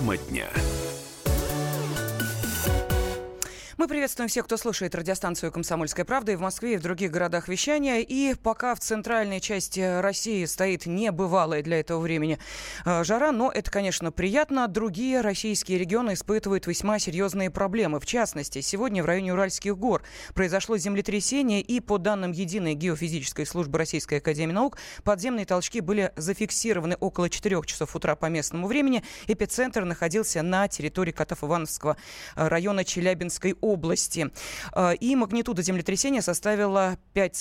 Тема дня. Мы приветствуем всех, кто слушает радиостанцию «Комсомольская правда» и в Москве, и в других городах вещания. И пока в центральной части России стоит небывалая для этого времени жара, но это, конечно, приятно. Другие российские регионы испытывают весьма серьезные проблемы. В частности, сегодня в районе Уральских гор произошло землетрясение, и по данным Единой геофизической службы Российской академии наук, подземные толчки были зафиксированы около 4 часов утра по местному времени. Эпицентр находился на территории Катав-Ивановского района Челябинской области. И магнитуда землетрясения составила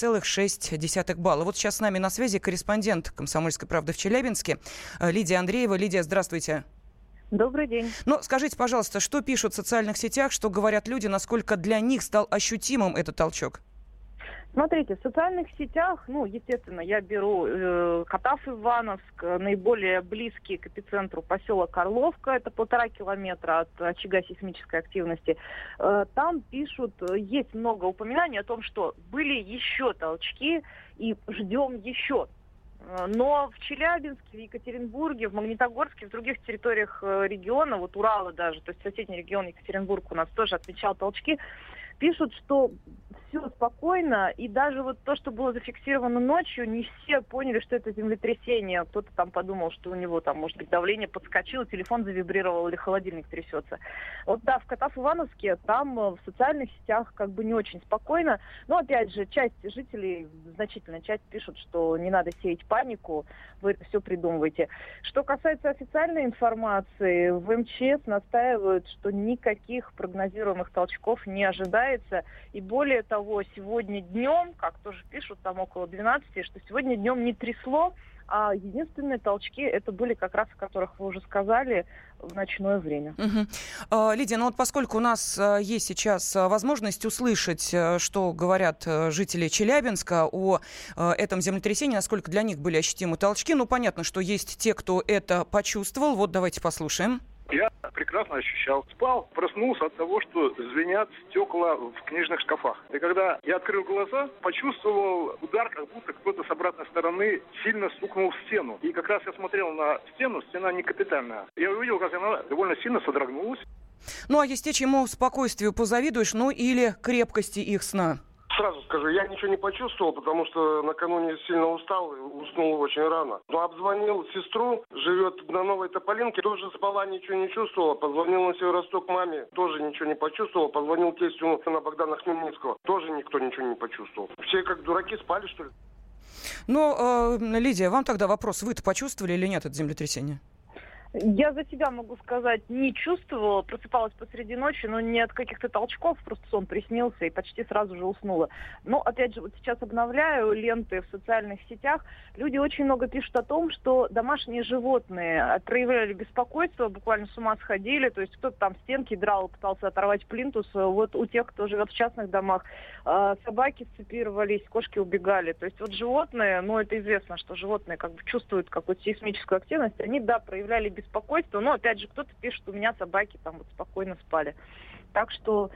5,6 балла. Вот сейчас с нами на связи корреспондент «Комсомольской правды» в Челябинске Лидия Андреева. Лидия, здравствуйте. Добрый день. Ну, скажите, пожалуйста, что пишут в социальных сетях, что говорят люди, насколько для них стал ощутимым этот толчок? Смотрите, в социальных сетях, естественно, я беру Катав-Ивановск, наиболее близкий к эпицентру поселок Орловка, это 1,5 километра от очага сейсмической активности. Там пишут, есть много упоминаний о том, что были еще толчки и ждем еще. Но в Челябинске, в Екатеринбурге, в Магнитогорске, в других территориях региона, вот Урала даже, то есть соседний регион Екатеринбург у нас тоже отмечал толчки, пишут, что все спокойно, и даже вот то, что было зафиксировано ночью, не все поняли, что это землетрясение. Кто-то там подумал, что у него там, может быть, давление подскочило, телефон завибрировал или холодильник трясется. Вот да, в Катав-Ивановске там в социальных сетях как бы не очень спокойно. Но опять же, часть жителей, значительная часть пишут, что не надо сеять панику, вы это все придумываете. Что касается официальной информации, в МЧС настаивают, что никаких прогнозируемых толчков не ожидается. И более того, сегодня днем, как тоже пишут, там около 12, что сегодня днем не трясло, а единственные толчки это были как раз, о которых вы уже сказали, в ночное время. Лидия, вот поскольку у нас есть сейчас возможность услышать, что говорят жители Челябинска о этом землетрясении, насколько для них были ощутимы толчки, понятно, что есть те, кто это почувствовал. Вот давайте послушаем. Я прекрасно ощущал. Спал, проснулся от того, что звенят стекла в книжных шкафах. И когда я открыл глаза, почувствовал удар, как будто кто-то с обратной стороны сильно стукнул в стену. И как раз я смотрел на стену, стена не капитальная. Я увидел, как она довольно сильно содрогнулась. А есть те, чему спокойствию позавидуешь, или крепкости их сна? Сразу скажу, я ничего не почувствовал, потому что накануне сильно устал и уснул очень рано. Но обзвонил сестру, живет на Новой Тополинке, тоже спала, ничего не чувствовала. Позвонил на Северосток маме, тоже ничего не почувствовал. Позвонил тестю на Богдана Хмельницкого, тоже никто ничего не почувствовал. Все как дураки спали, что ли? Лидия, вам тогда вопрос, вы-то почувствовали или нет это землетрясение? Я за себя могу сказать, не чувствовала, просыпалась посреди ночи, но не от каких-то толчков, просто сон приснился и почти сразу же уснула. Но, опять же, вот сейчас обновляю ленты в социальных сетях, люди очень много пишут о том, что домашние животные проявляли беспокойство, буквально с ума сходили, то есть кто-то там стенки драл, пытался оторвать плинтус, вот у тех, кто живет в частных домах, собаки сцепировались, кошки убегали, то есть вот животные, это известно, что животные как бы чувствуют какую-то сейсмическую активность, они, да, проявляли беспокойство, но опять же кто-то пишет, у меня собаки там вот спокойно спали. Так что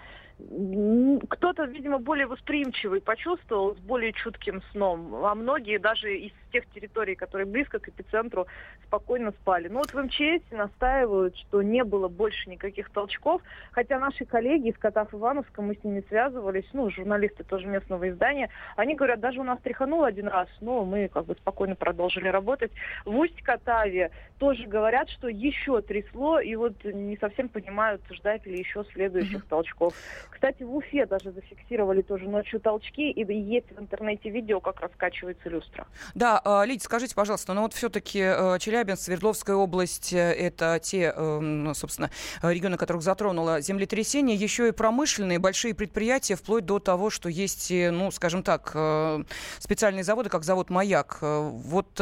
кто-то, видимо, более восприимчивый почувствовал с более чутким сном, а многие даже из тех территорий, которые близко к эпицентру, спокойно спали. Но вот в МЧС настаивают, что не было больше никаких толчков, хотя наши коллеги из Катав-Ивановска, мы с ними связывались, журналисты тоже местного издания, они говорят, даже у нас тряхануло один раз, но мы как бы спокойно продолжили работать. В Усть-Катаве тоже говорят, что еще трясло, и вот не совсем понимают, ждать ли еще следующих толчков. Кстати, в Уфе даже зафиксировали тоже ночью толчки, и есть в интернете видео, как раскачивается люстра. Да, Лидия, скажите, пожалуйста, все-таки Челябинск, Свердловская область, это те, собственно, регионы, которых затронуло землетрясение, еще и промышленные большие предприятия, вплоть до того, что есть, скажем так, специальные заводы, как завод «Маяк». Вот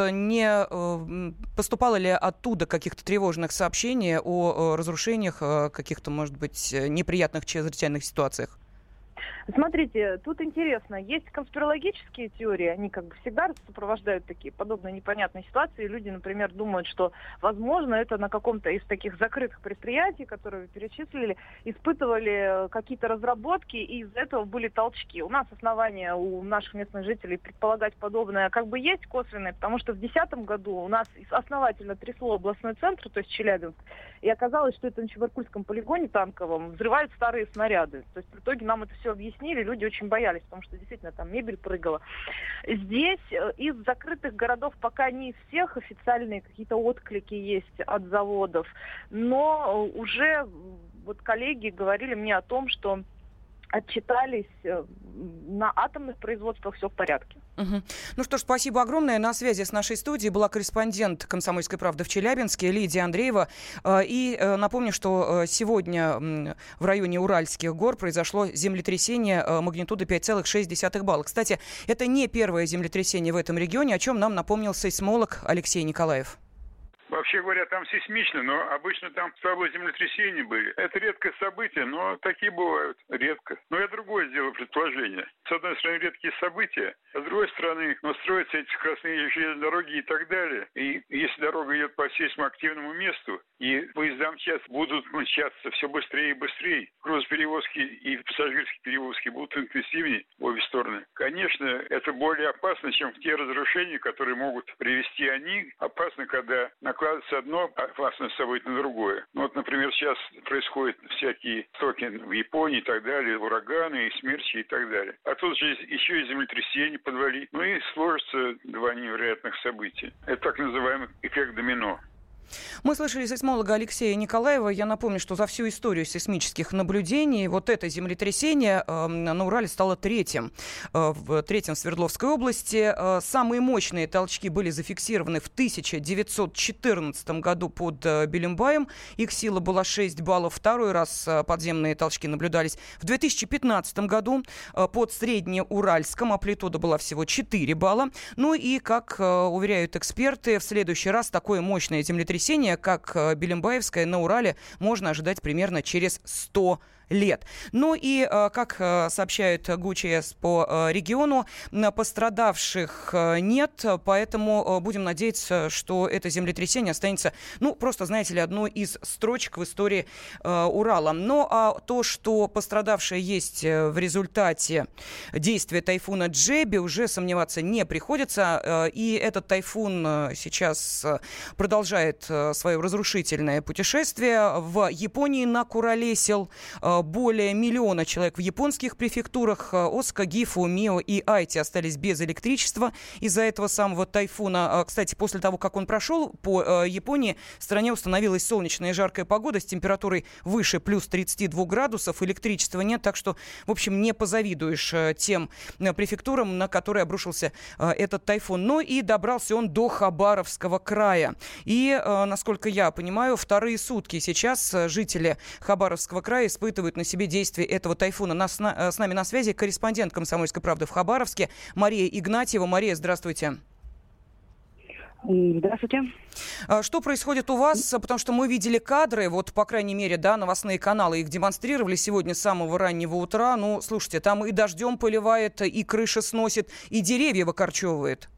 не поступало ли оттуда каких-то тревожных сообщений о разрушениях, каких-то, может быть, неприятных чрезвычайных ситуациях? Смотрите, тут интересно. Есть конспирологические теории, они как бы всегда сопровождают такие подобные непонятные ситуации. Люди, например, думают, что, возможно, это на каком-то из таких закрытых предприятий, которые вы перечислили, испытывали какие-то разработки, и из-за этого были толчки. У нас основания, у наших местных жителей предполагать подобное как бы есть косвенное, потому что в 2010 году у нас основательно трясло областной центр, то есть Челябинск, и оказалось, что это на Чебаркульском полигоне танковом взрывают старые снаряды. То есть в итоге нам это все объяснили, люди очень боялись, потому что действительно там мебель прыгала. Здесь из закрытых городов пока не из всех официальные какие-то отклики есть от заводов, но уже вот коллеги говорили мне о том, что отчитались, на атомных производствах все в порядке. Угу. Ну что ж, спасибо огромное. На связи с нашей студией была корреспондент «Комсомольской правды» в Челябинске Лидия Андреева. И напомню, что сегодня в районе Уральских гор произошло землетрясение магнитудой 5,6 балла. Кстати, это не первое землетрясение в этом регионе, о чем нам напомнил сейсмолог Алексей Николаев. Вообще говоря, там сейсмично, но обычно там слабые землетрясения были. Это редкое событие, но такие бывают редко. Но я другое сделал предположение. С одной стороны, редкие события, а с другой стороны, строятся эти скоростные железные дороги и так далее. И если дорога идет по сейсмоактивному месту, и поезда будут мчаться все быстрее и быстрее, грузоперевозки и пассажирские перевозки будут интенсивнее в обе стороны. Конечно, это более опасно, чем те разрушения, которые могут привести они. Опасно, когда накладывается одно опасное событие на другое. Ну, вот, например, сейчас происходят всякие стоки в Японии и так далее, ураганы, и смерчи и так далее. А тут же еще и землетрясение подвалить. Ну и сложатся два невероятных события. Это так называемый эффект домино. Мы слышали сейсмолога Алексея Николаева. Я напомню, что за всю историю сейсмических наблюдений вот это землетрясение на Урале стало третьим в Свердловской области. Самые мощные толчки были зафиксированы в 1914 году под Белимбаем. Их сила была 6 баллов. Второй раз подземные толчки наблюдались в 2015 году под Среднеуральском. Амплитуда была всего 4 балла. Ну и, как уверяют эксперты, в следующий раз такое мощное землетрясение, как Белимбаевское на Урале, можно ожидать примерно через 100 лет. Ну и, как сообщают ГУЧС по региону, пострадавших нет, поэтому будем надеяться, что это землетрясение останется, просто, знаете ли, одной из строчек в истории Урала. Ну, а то, что пострадавшие есть в результате действия тайфуна Джеби, уже сомневаться не приходится, и этот тайфун сейчас продолжает свое разрушительное путешествие. В Японии накуролесил более 1 миллиона человек в японских префектурах. Осака, Гифу, Мио и Айти остались без электричества из-за этого самого тайфуна. Кстати, после того, как он прошел по Японии, в стране установилась солнечная и жаркая погода с температурой выше плюс 32 градусов. Электричества нет, так что, в общем, не позавидуешь тем префектурам, на которые обрушился этот тайфун. Но и добрался он до Хабаровского края. И, насколько я понимаю, вторые сутки сейчас жители Хабаровского края испытывают на себе действие этого тайфуна. С нами на связи корреспондент «Комсомольской правды» в Хабаровске Мария Игнатьева. Мария, здравствуйте. Здравствуйте. Что происходит у вас? Потому что мы видели кадры, вот, по крайней мере, да, новостные каналы их демонстрировали сегодня с самого раннего утра. Ну, слушайте, там и дождем поливает, и крыша сносит, и деревья выкорчевывает.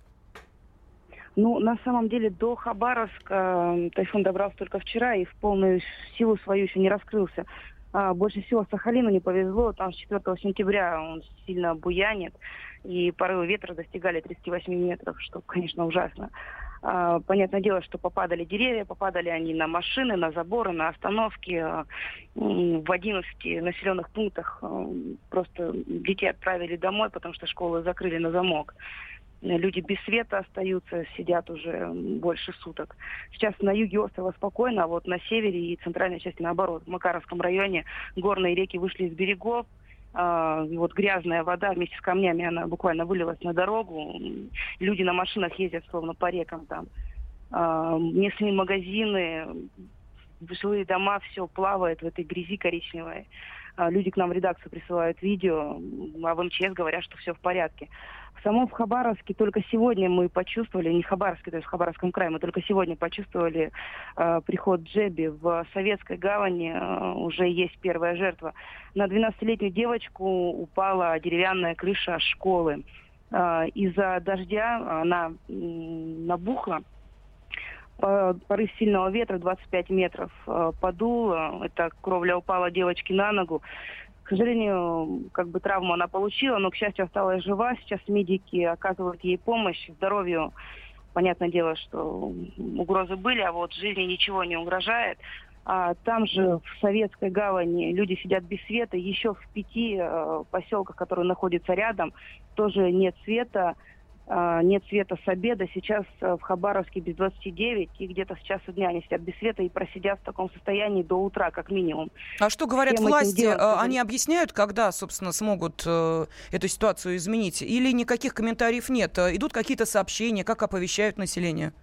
Ну, на самом деле, до Хабаровска тайфун добрался только вчера и в полную силу свою еще не раскрылся. Больше всего Сахалину не повезло. Там с 4 сентября он сильно буянит, и порывы ветра достигали 38 метров, что, конечно, ужасно. Понятное дело, что попадали деревья, попадали они на машины, на заборы, на остановки. В 11 населенных пунктах просто детей отправили домой, потому что школы закрыли на замок. Люди без света остаются, сидят уже больше суток. Сейчас на юге острова спокойно, а вот на севере и центральной части наоборот. В Макаровском районе горные реки вышли из берегов. Вот грязная вода вместе с камнями, она буквально вылилась на дорогу. Люди на машинах ездят словно по рекам там. Местные магазины, жилые дома, все плавает в этой грязи коричневой. Люди к нам в редакцию присылают видео, а в МЧС говорят, что все в порядке. В Хабаровске только сегодня мы почувствовали, не Хабаровске, то есть в Хабаровском крае, мы только сегодня почувствовали приход Джеби. В Советской гавани уже есть первая жертва. На 12-летнюю девочку упала деревянная крыша школы. Из-за дождя она набухла. Порыв сильного ветра 25 метров подуло. Эта кровля упала девочке на ногу. К сожалению, травму она получила, но, к счастью, осталась жива. Сейчас медики оказывают ей помощь. Здоровью, понятное дело, что угрозы были, а вот жизни ничего не угрожает. А там же, в Советской гавани, люди сидят без света. Еще в 5 поселках, которые находятся рядом, тоже нет света. Нет света с обеда. Сейчас в Хабаровске без 29, и где-то с часу дня они сидят без света и просидят в таком состоянии до утра, как минимум. А что говорят власти? Они объясняют, когда, собственно, смогут эту ситуацию изменить? Или никаких комментариев нет? Идут какие-то сообщения, как оповещают население?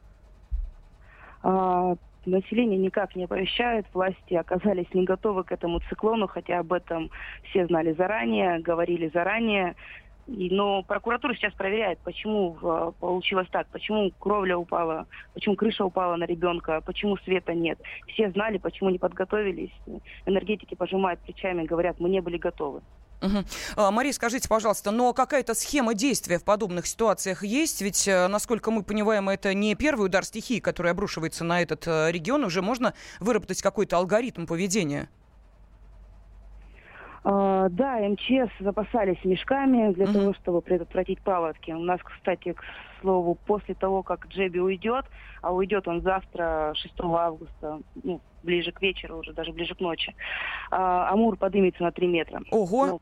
Население никак не оповещает. Власти оказались не готовы к этому циклону, хотя об этом все знали заранее, говорили заранее. Но прокуратура сейчас проверяет, почему получилось так, почему кровля упала, почему крыша упала на ребенка, почему света нет. Все знали, почему не подготовились. Энергетики пожимают плечами, говорят, мы не были готовы. Угу. Мария, скажите, пожалуйста, но какая-то схема действия в подобных ситуациях есть? Ведь, насколько мы понимаем, это не первый удар стихии, который обрушивается на этот регион. Уже можно выработать какой-то алгоритм поведения? Да, МЧС запасались мешками для того, чтобы предотвратить паводки. У нас, кстати, к слову, после того, как Джеби уйдет, а уйдет он завтра, 6 августа, ближе к вечеру, уже даже ближе к ночи, Амур поднимется на 3 метра. Ого!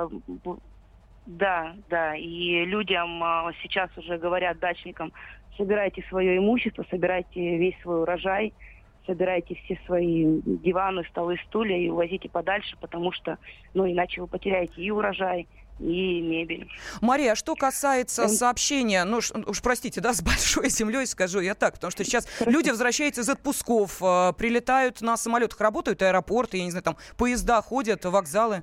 Да, и людям сейчас уже говорят, дачникам, собирайте свое имущество, собирайте весь свой урожай, собирайте все свои диваны, столы, стулья и увозите подальше, потому что, иначе вы потеряете и урожай, и мебель. Мария, а что касается сообщения, уж простите, с большой землей, скажу я так, потому что сейчас люди возвращаются из отпусков, прилетают на самолетах, работают аэропорты, я не знаю, там поезда ходят, вокзалы.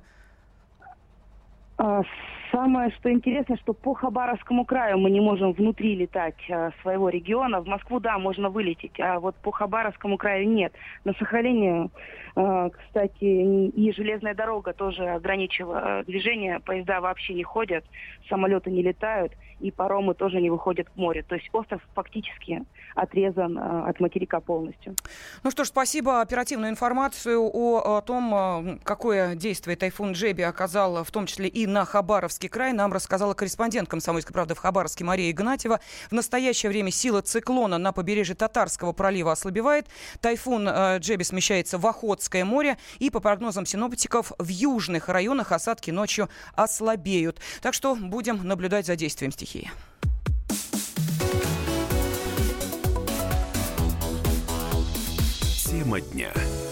Самое, что интересно, что по Хабаровскому краю мы не можем внутри летать своего региона. В Москву, да, можно вылететь, а вот по Хабаровскому краю нет. На Сахалине, кстати, и железная дорога тоже ограничила движение. Поезда вообще не ходят, самолеты не летают, и паромы тоже не выходят к морю. То есть остров фактически отрезан от материка полностью. Ну что ж, спасибо. Оперативную информацию о том, какое действие тайфун Джеби оказал, в том числе и на Хабаровский край, нам рассказала корреспондент «Комсомольской правды» в Хабаровске Мария Игнатьева. В настоящее время сила циклона на побережье Татарского пролива ослабевает. Тайфун Джеби смещается в Охотское море. И, по прогнозам синоптиков, в южных районах осадки ночью ослабеют. Так что будем наблюдать за действием стихии. Тема дня.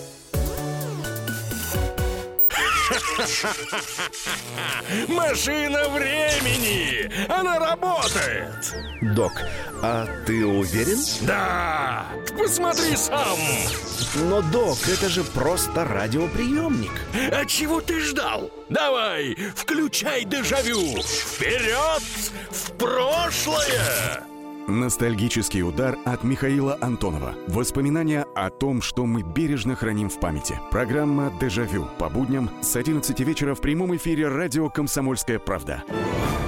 Машина времени! Она работает! Док, а ты уверен? Да! Посмотри сам! Но, док, это же просто радиоприемник. А чего ты ждал? Давай, включай дежавю! Вперед! В прошлое! Ностальгический удар от Михаила Антонова. Воспоминания о том, что мы бережно храним в памяти. Программа «Дежавю» по будням с 11 вечера в прямом эфире радио «Комсомольская правда».